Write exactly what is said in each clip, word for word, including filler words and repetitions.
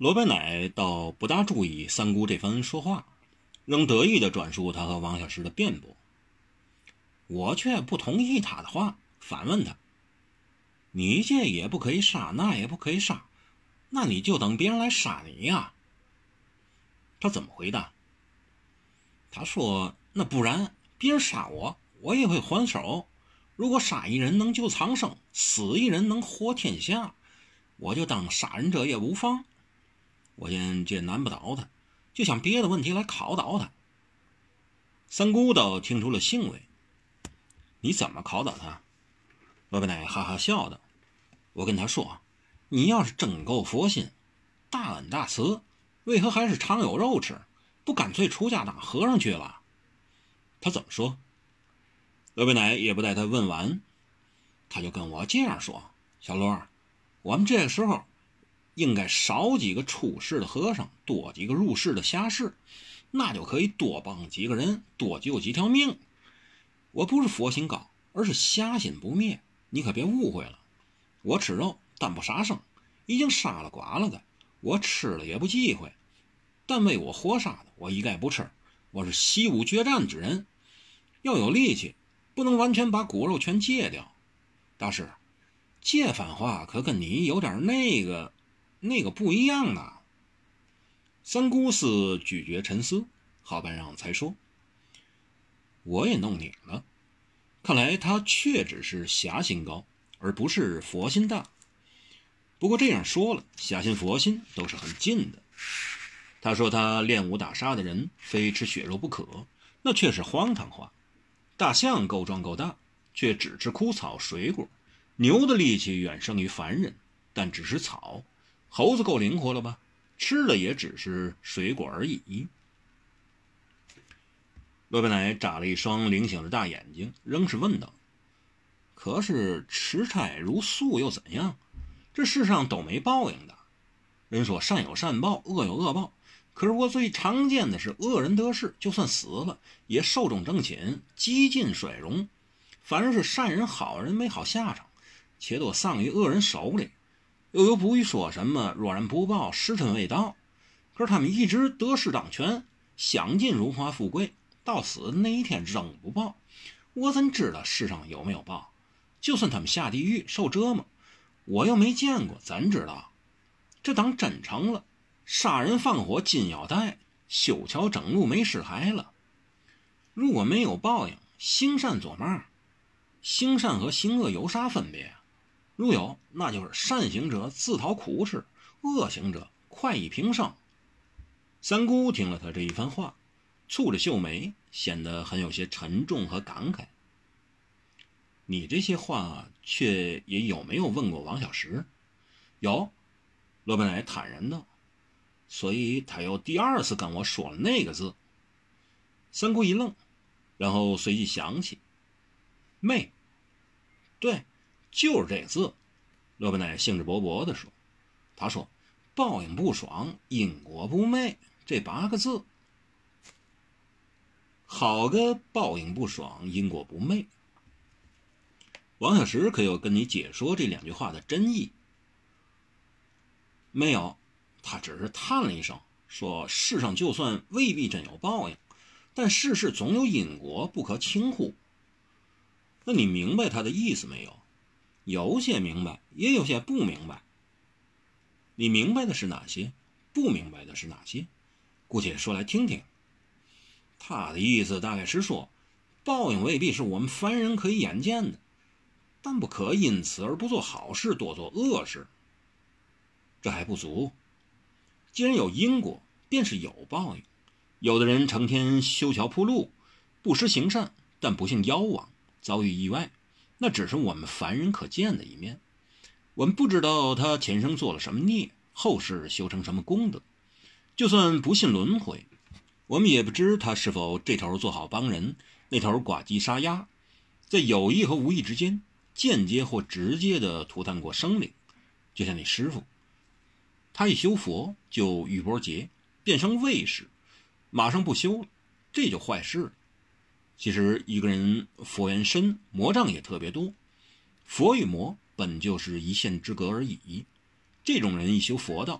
罗白奶倒不大注意三姑这番说话，仍得意地转述他和王小石的辩驳。我却不同意他的话，反问他：你这也不可以杀，那也不可以杀，那你就等别人来杀你呀？他怎么回答？他说：那不然别人杀我，我也会还手。如果杀一人能救苍生，死一人能活天下，我就当杀人者也无妨。我见这难不倒他，就想别的问题来考倒他。三姑倒听出了兴味。你怎么考倒他？罗白奶哈哈笑道。我跟他说，你要是真够佛心，大恩大慈，为何还是常有肉吃，不干脆出家当和尚去了？他怎么说？罗白奶也不待他问完，他就跟我这样说：小罗，我们这个时候应该少几个出世的和尚，多几个入世的下士，那就可以多帮几个人，多救几条命。我不是佛心高，而是侠心不灭，你可别误会了。我吃肉但不杀生，已经杀了剐了的，我吃了也不忌讳，但为我活杀的我一概不吃。我是习武决战之人，要有力气，不能完全把骨肉全戒掉。大师，这番话可跟你有点那个那个不一样的。三姑似咀嚼沉思，好半晌才说：我也弄拧了，看来他确只是侠心高，而不是佛心大。不过这样说了，侠心佛心都是很近的。他说他练武打杀的人非吃血肉不可，那却是荒唐话。大象够壮够大，却只吃枯草水果；牛的力气远胜于凡人，但只吃草；猴子够灵活了吧，吃的也只是水果而已。罗白奶眨了一双灵醒的大眼睛，仍是问道：可是吃差如素又怎样？这世上都没报应的。人说善有善报，恶有恶报，可是我最常见的是恶人得势，就算死了也寿终正寝，几近衰荣；反而是善人好人没好下场，且多丧于恶人手里。又有不欲说什么若然不报，时辰未到。可是他们一直得势当权，享尽荣华富贵，到死的那一天仍不报。我怎知道世上有没有报？就算他们下地狱受折磨，我又没见过，怎知道？这当真成了杀人放火金腰带，修桥整路没事还了。如果没有报应，行善做嘛？行善和行恶有啥分别？如有，那就是善行者自讨苦吃，恶行者快意平生。三姑听了他这一番话，蹙着秀眉，显得很有些沉重和感慨。你这些话却也有没有问过王小石？有，罗白奶坦然道。所以他又第二次跟我说了那个字。三姑一愣，然后随即想起，媚。对，就是这个字。罗白奶兴致勃勃地说。他说报应不爽，因果不昧，这八个字。好个报应不爽，因果不昧。王小石可有跟你解说这两句话的真意？没有，他只是叹了一声，说世上就算未必真有报应，但世事总有因果，不可轻忽。那你明白他的意思没有？有些明白，也有些不明白。你明白的是哪些？不明白的是哪些？姑且说来听听。他的意思大概是说，报应未必是我们凡人可以眼见的，但不可因此而不做好事，多做恶事。这还不足。既然有因果，便是有报应。有的人成天修桥铺路，不时行善，但不幸夭亡，遭遇意外，那只是我们凡人可见的一面。我们不知道他前生做了什么孽，后世修成什么功德。就算不信轮回，我们也不知他是否这头做好帮人，那头寡鸡杀鸭，在有意和无意之间，间接或直接的涂炭过生灵。就像你师父，他一修佛就玉波劫，变成卫士，马上不修了，这就坏事了。其实一个人佛缘深，魔障也特别多，佛与魔本就是一线之隔而已。这种人一修佛道，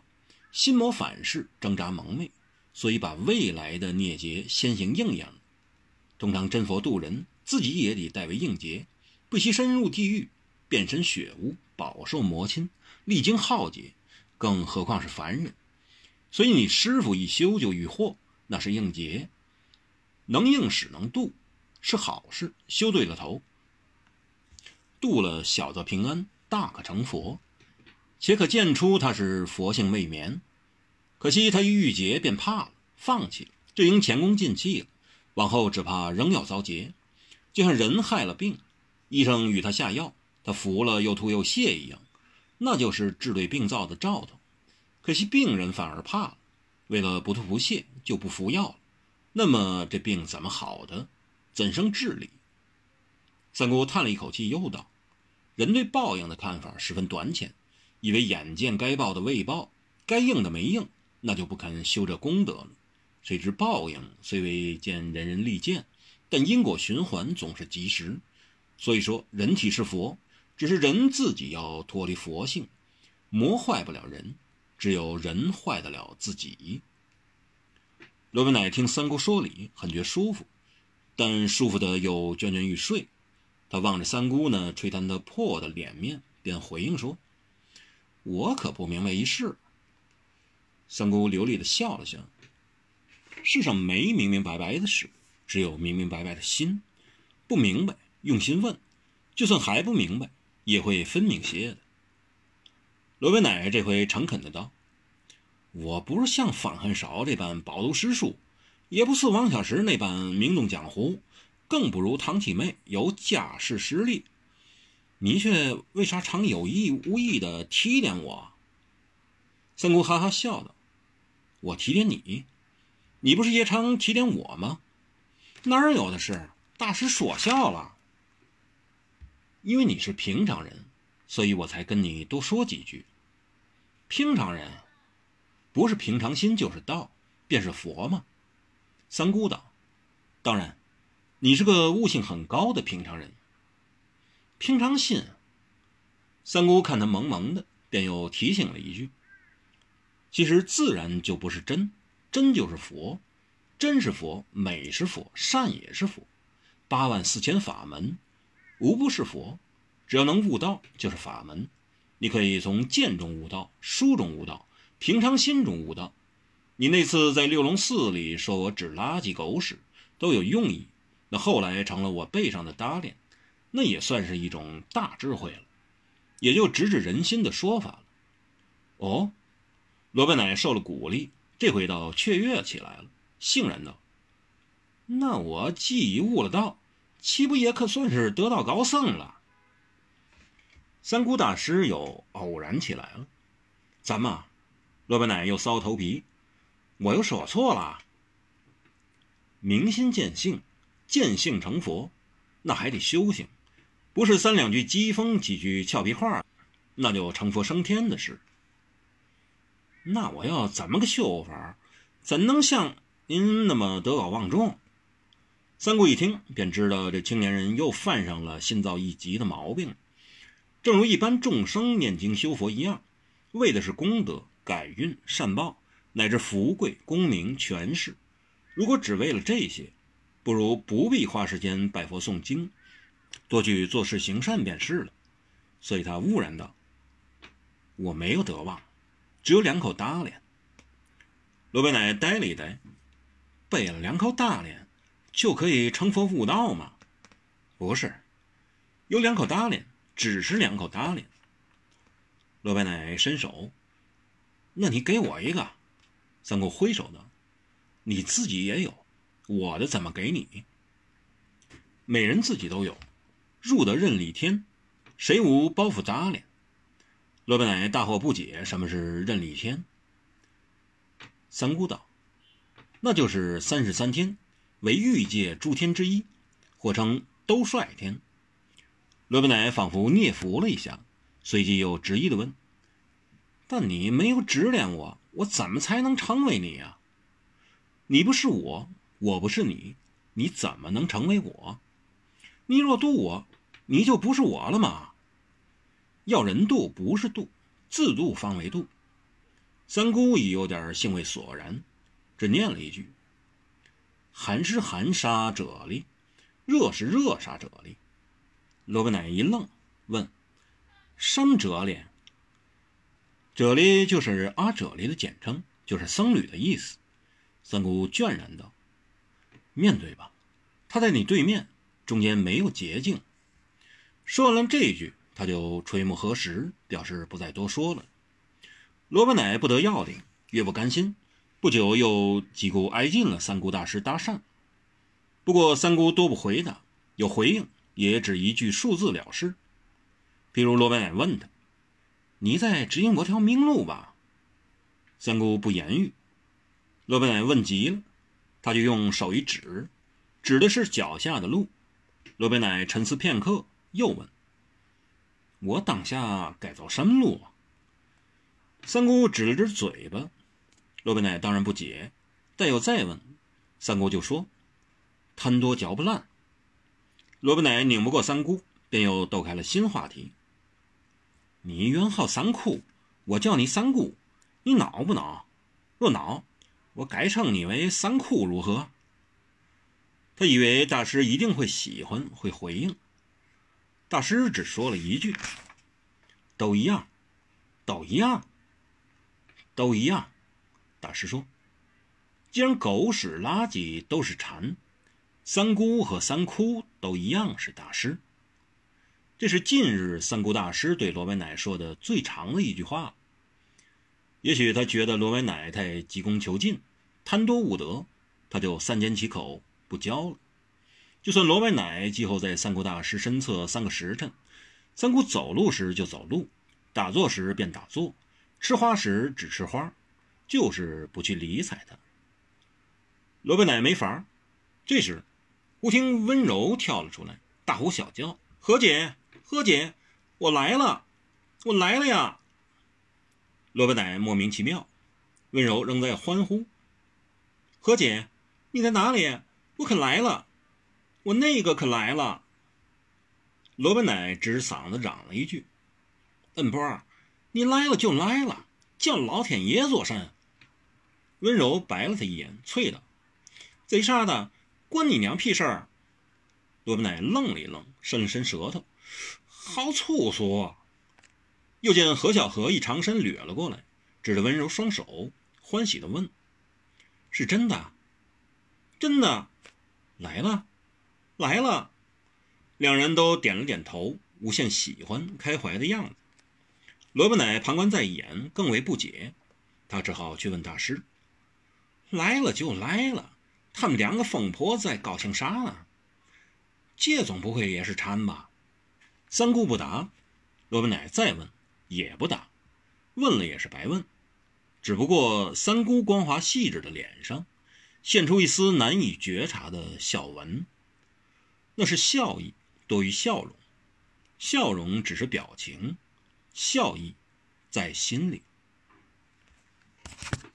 心魔反噬，挣扎蒙昧，所以把未来的孽劫先行应验了。通常真佛渡人，自己也得代为应劫，不惜深入地狱，变身血污，饱受魔侵，历经浩劫，更何况是凡人。所以你师傅一修就遇祸，那是应劫。能应使能渡是好事，修对了头，渡了小则平安，大可成佛，且可见出他是佛性未眠。可惜他一遇劫便怕了，放弃了，这应前功尽弃了，往后只怕仍要遭劫。就像人害了病，医生与他下药，他服了又吐又泻一样，那就是治对病灶的兆头。可惜病人反而怕了，为了不吐不泻就不服药了，那么这病怎么好的？怎生治理？三姑叹了一口气，又道：人对报应的看法十分短浅，以为眼见该报的未报，该应的没应，那就不肯修这功德了。谁知报应虽未见人人力见，但因果循环总是及时。所以说人体是佛，只是人自己要脱离佛性，魔坏不了人，只有人坏得了自己。罗文乃听三姑说理，很觉舒服，但舒服的又倦倦欲睡。他望着三姑呢吹弹的破的脸面，便回应说：我可不明白一事。三姑流利的笑了笑：世上没明明白白的事，只有明明白白的心。不明白用心问，就算还不明白也会分明些的。罗文乃这回诚恳的道：我不是像方恨少这般饱读诗书，也不似王小石那般名动江湖，更不如唐七妹有家世实力。你却为啥常有意无意的提点我？三姑哈哈笑道：我提点你，你不是也常提点我吗？哪儿有的是，大师说笑了。因为你是平常人，所以我才跟你多说几句。平常人不是平常心就是道，便是佛吗？三姑道：当然，你是个悟性很高的平常人。平常心，三姑看他蒙蒙的，便又提醒了一句：其实自然就不是真，真就是佛，真是佛，美是佛，善也是佛，八万四千法门无不是佛，只要能悟道就是法门。你可以从剑中悟道，书中悟道，平常心中悟道。你那次在六龙寺里说我指垃圾狗屎都有用意，那后来成了我背上的搭脸，那也算是一种大智慧了，也就直指人心的说法了。哦，罗本乃受了鼓励，这回倒雀跃起来了，欣然道：那我既已悟了道，岂不也可算是得道高僧了？三姑大师又偶然起来了：怎么？罗本乃又搔头皮：我又说错了？明心见性，见性成佛，那还得修行，不是三两句讥讽，几句俏皮话，那就成佛升天的事。那我要怎么个修法，怎能像您那么德高望重？三姑一听便知道这青年人又犯上了心造一急的毛病，正如一般众生念经修佛一样，为的是功德、改运、善报，乃至富贵、功名、权势。如果只为了这些，不如不必花时间拜佛诵经，多去做事行善便是了。所以他悟然道：我没有德望，只有两口大脸。罗贝乃呆了一呆：背了两口大脸就可以成佛悟道吗？不是，有两口大脸，只是两口大脸。罗贝乃伸手：那你给我一个。三姑挥手道：你自己也有，我的怎么给你？每人自己都有，入得任理天，谁无包袱大脸？罗贝乃大惑不解，什么是任理天？三姑道：那就是三十三天，为欲界诸天之一，或称兜率天。罗贝乃仿佛嗫嚅了一下，随即又执意地问：但你没有指点我，我怎么才能成为你啊？你不是我，我不是你，你怎么能成为我？你若度我，你就不是我了吗？要人度不是度，自度方为度。 三姑已有点兴味索然，只念了一句：寒是寒沙者哩，热是热沙者哩。罗本乃一愣，问：什么者哩？者哩就是阿者哩的简称，就是僧侣的意思。三姑倦然道：面对吧，他在你对面，中间没有捷径。说完这一句，他就垂目合十，表示不再多说了。罗本乃不得要领，越不甘心，不久又几顾挨近了三姑大师搭讪。不过三姑多不回答，有回应也只一句数字了事。譬如罗本乃问他：你在指引我条明路吧？三姑不言语。罗本乃问急了，他就用手一指，指的是脚下的路。罗本乃沉思片刻，又问：我当下该走什么路啊？三姑指了指嘴巴。罗本乃当然不解，待又再问，三姑就说：贪多嚼不烂。罗本乃拧不过三姑，便又逗开了新话题：你原号三哭，我叫你三姑，你恼不恼？若恼，我改称你为三哭如何？他以为大师一定会喜欢，会回应。大师只说了一句：都一样，都一样，都一样。大师说：既然狗屎垃圾都是禅，三姑和三哭都一样是大师。这是近日三姑大师对罗本乃说的最长的一句话。也许他觉得罗本乃太急功求进，贪多误得，他就三缄其口，不教了。就算罗本乃今后在三姑大师身侧三个时辰，三姑走路时就走路，打坐时便打坐，吃花时只吃花，就是不去理睬他。罗本乃没法。这时忽听温柔跳了出来，大呼小叫：何姐，何姐，我来了，我来了呀！罗本乃莫名其妙，温柔仍在欢呼：何姐，你在哪里？我可来了，我那个可来了。罗本乃指嗓子嚷了一句：恩波，你来了就来了，叫老天爷做甚？温柔白了他一眼，啐道：贼傻的，关你娘屁事儿！罗本乃愣了一愣，伸了伸舌头：好粗俗啊！又见何小荷一长身掠了过来，指着温柔双手，欢喜地问：是真的？真的？来了，来了！两人都点了点头，无限喜欢开怀的样子。罗本乃旁观在眼，更为不解，他只好去问大师：来了就来了，他们两个疯婆在高兴啥呢？这总不会也是禅吧？三姑不答，罗本乃再问，也不答，问了也是白问。只不过三姑光滑细致的脸上现出一丝难以觉察的笑纹，那是笑意多于笑容，笑容只是表情，笑意在心里。